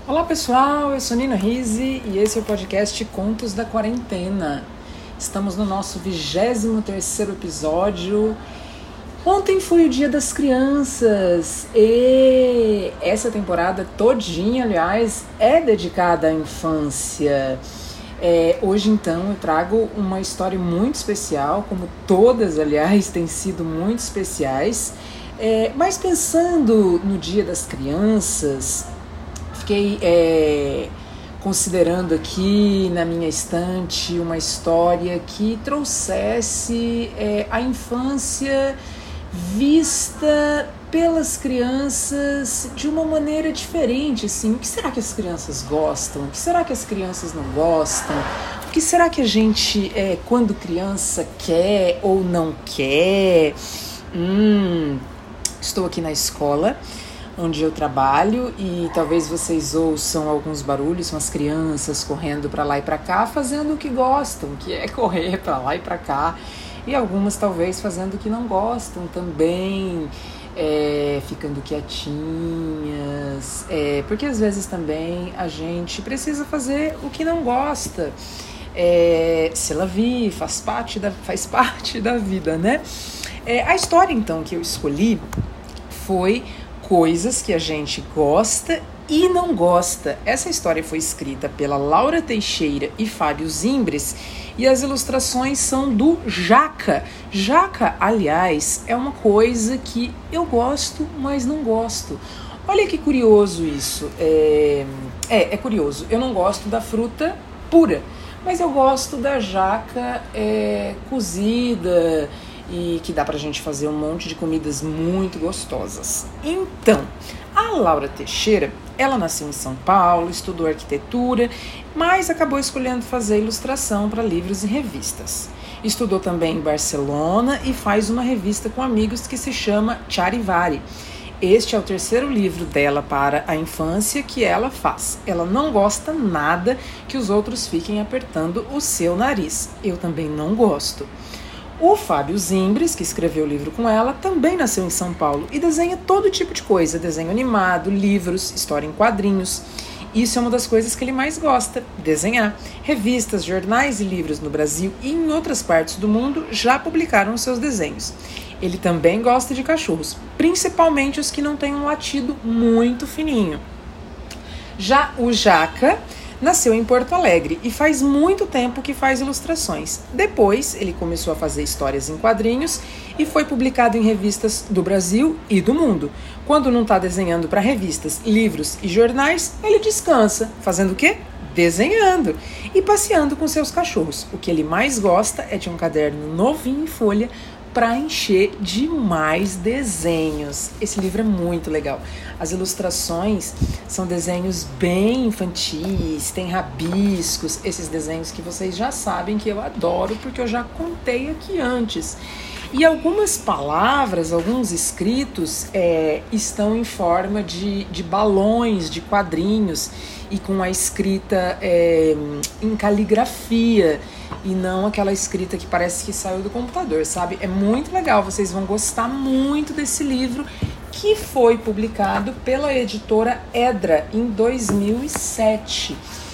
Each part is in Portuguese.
Olá pessoal, eu sou Nina Rizzi e esse é o podcast Contos da Quarentena. Estamos no nosso 23º episódio. Ontem foi o Dia das Crianças e essa temporada todinha, aliás, é dedicada à infância. Hoje então eu trago uma história muito especial, como todas, aliás, têm sido muito especiais. Mas pensando no Dia das Crianças, fiquei considerando aqui na minha estante uma história que trouxesse a infância vista pelas crianças de uma maneira diferente, assim. O que será que as crianças gostam? O que será que as crianças não gostam? O que será que a gente, quando criança, quer ou não quer? Estou aqui na escola onde eu trabalho e talvez vocês ouçam alguns barulhos, são as crianças correndo para lá e para cá, fazendo o que gostam, que é correr para lá e para cá, e algumas talvez fazendo o que não gostam também, ficando quietinhas, porque às vezes também a gente precisa fazer o que não gosta. Se la vie, faz parte da vida, né? A história então que eu escolhi foi coisas que a gente gosta e não gosta. Essa história foi escrita pela Laura Teixeira e Fábio Zimbres e as ilustrações são do Jaca. Jaca, aliás, é uma coisa que eu gosto, mas não gosto. Olha que curioso isso. É curioso. Eu não gosto da fruta pura, mas eu gosto da jaca cozida, e que dá pra gente fazer um monte de comidas muito gostosas. Então, a Laura Teixeira, ela nasceu em São Paulo, estudou arquitetura, mas acabou escolhendo fazer ilustração para livros e revistas. Estudou também em Barcelona e faz uma revista com amigos que se chama Charivari. Este é o 3º livro dela para a infância que ela faz. Ela não gosta nada que os outros fiquem apertando o seu nariz. Eu também não gosto. O Fábio Zimbres, que escreveu o livro com ela, também nasceu em São Paulo e desenha todo tipo de coisa, desenho animado, livros, história em quadrinhos. Isso é uma das coisas que ele mais gosta, desenhar. Revistas, jornais e livros no Brasil e em outras partes do mundo já publicaram seus desenhos. Ele também gosta de cachorros, principalmente os que não têm um latido muito fininho. Já o Jaca nasceu em Porto Alegre e faz muito tempo que faz ilustrações. Depois, ele começou a fazer histórias em quadrinhos e foi publicado em revistas do Brasil e do mundo. Quando não está desenhando para revistas, livros e jornais, ele descansa. Fazendo o quê? Desenhando e passeando com seus cachorros. O que ele mais gosta é de um caderno novinho em folha para encher de mais desenhos. Esse livro é muito legal. As ilustrações são desenhos bem infantis, tem rabiscos, esses desenhos que vocês já sabem que eu adoro, porque eu já contei aqui antes. E algumas palavras, alguns escritos estão em forma de balões, de quadrinhos, e com a escrita em caligrafia, e não aquela escrita que parece que saiu do computador, sabe? É muito legal, vocês vão gostar muito desse livro, que foi publicado pela editora Edra em 2007.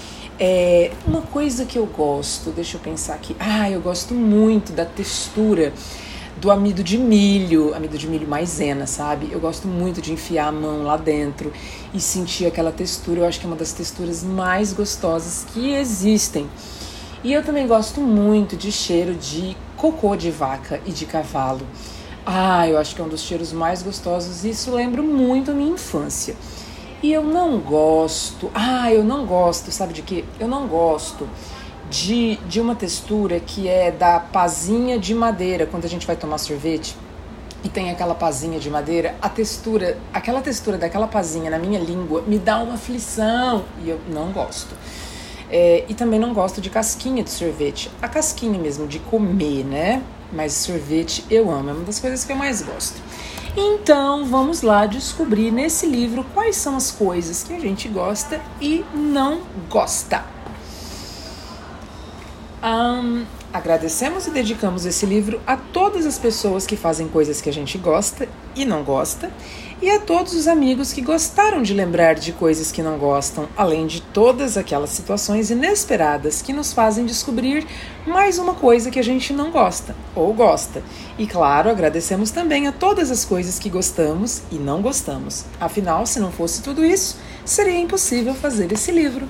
Uma coisa que eu gosto, deixa eu pensar aqui, eu gosto muito da textura do amido de milho maisena, sabe? Eu gosto muito de enfiar a mão lá dentro e sentir aquela textura. Eu acho que é uma das texturas mais gostosas que existem. E eu também gosto muito de cheiro de cocô de vaca e de cavalo. Eu acho que é um dos cheiros mais gostosos e isso lembra muito a minha infância. E eu não gosto, sabe de quê? Eu não gosto de uma textura que é da pazinha de madeira, quando a gente vai tomar sorvete e tem aquela pazinha de madeira, aquela textura daquela pazinha na minha língua me dá uma aflição e eu não gosto. E também não gosto de casquinha de sorvete, a casquinha mesmo de comer, né? Mas sorvete eu amo, é uma das coisas que eu mais gosto. Então vamos lá descobrir nesse livro quais são as coisas que a gente gosta e não gosta. Agradecemos e dedicamos esse livro a todas as pessoas que fazem coisas que a gente gosta e não gosta. E a todos os amigos que gostaram de lembrar de coisas que não gostam, além de todas aquelas situações inesperadas que nos fazem descobrir mais uma coisa que a gente não gosta, ou gosta. E claro, agradecemos também a todas as coisas que gostamos e não gostamos. Afinal, se não fosse tudo isso, seria impossível fazer esse livro.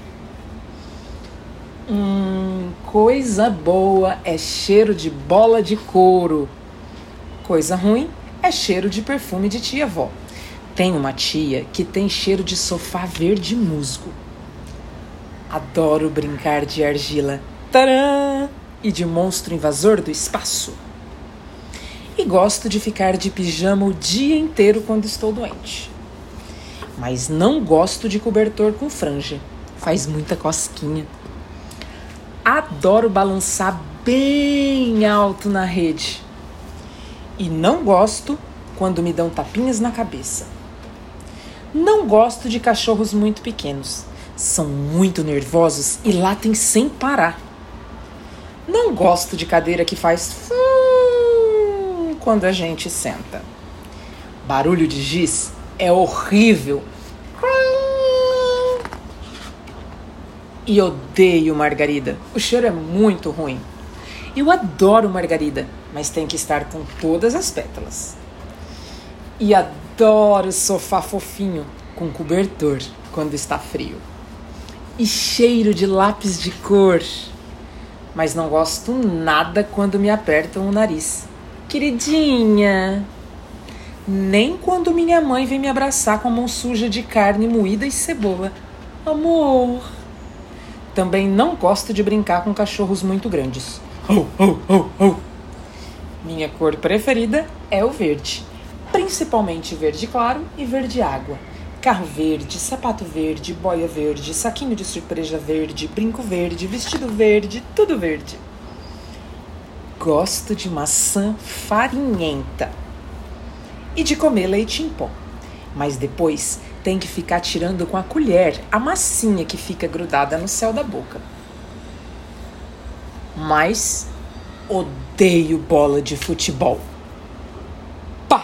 Coisa boa é cheiro de bola de couro. Coisa ruim é cheiro de perfume de tia-avó. Tem uma tia que tem cheiro de sofá verde musgo. Adoro brincar de argila, tcharam, e de monstro invasor do espaço. E gosto de ficar de pijama o dia inteiro quando estou doente. Mas não gosto de cobertor com franja. Faz muita cosquinha. Adoro balançar bem alto na rede. E não gosto quando me dão tapinhas na cabeça. Não gosto de cachorros muito pequenos. São muito nervosos e latem sem parar. Não gosto de cadeira que faz quando a gente senta. Barulho de giz é horrível. E odeio margarida. O cheiro é muito ruim. Eu adoro margarida, mas tem que estar com todas as pétalas. E adoro sofá fofinho com cobertor quando está frio. E cheiro de lápis de cor. Mas não gosto nada quando me apertam o nariz. Queridinha! Nem quando minha mãe vem me abraçar com a mão suja de carne moída e cebola. Amor! Também não gosto de brincar com cachorros muito grandes. Oh, oh, oh, oh. Minha cor preferida é o verde. Principalmente verde claro e verde água. Carro verde, sapato verde, boia verde, saquinho de surpresa verde, brinco verde, vestido verde, tudo verde. Gosto de maçã farinhenta e de comer leite em pó. Mas depois tem que ficar tirando com a colher a massinha que fica grudada no céu da boca. Mas odeio bola de futebol. Pá!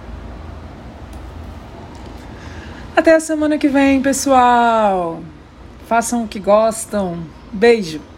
Até a semana que vem, pessoal! façam o que gostam. Beijo!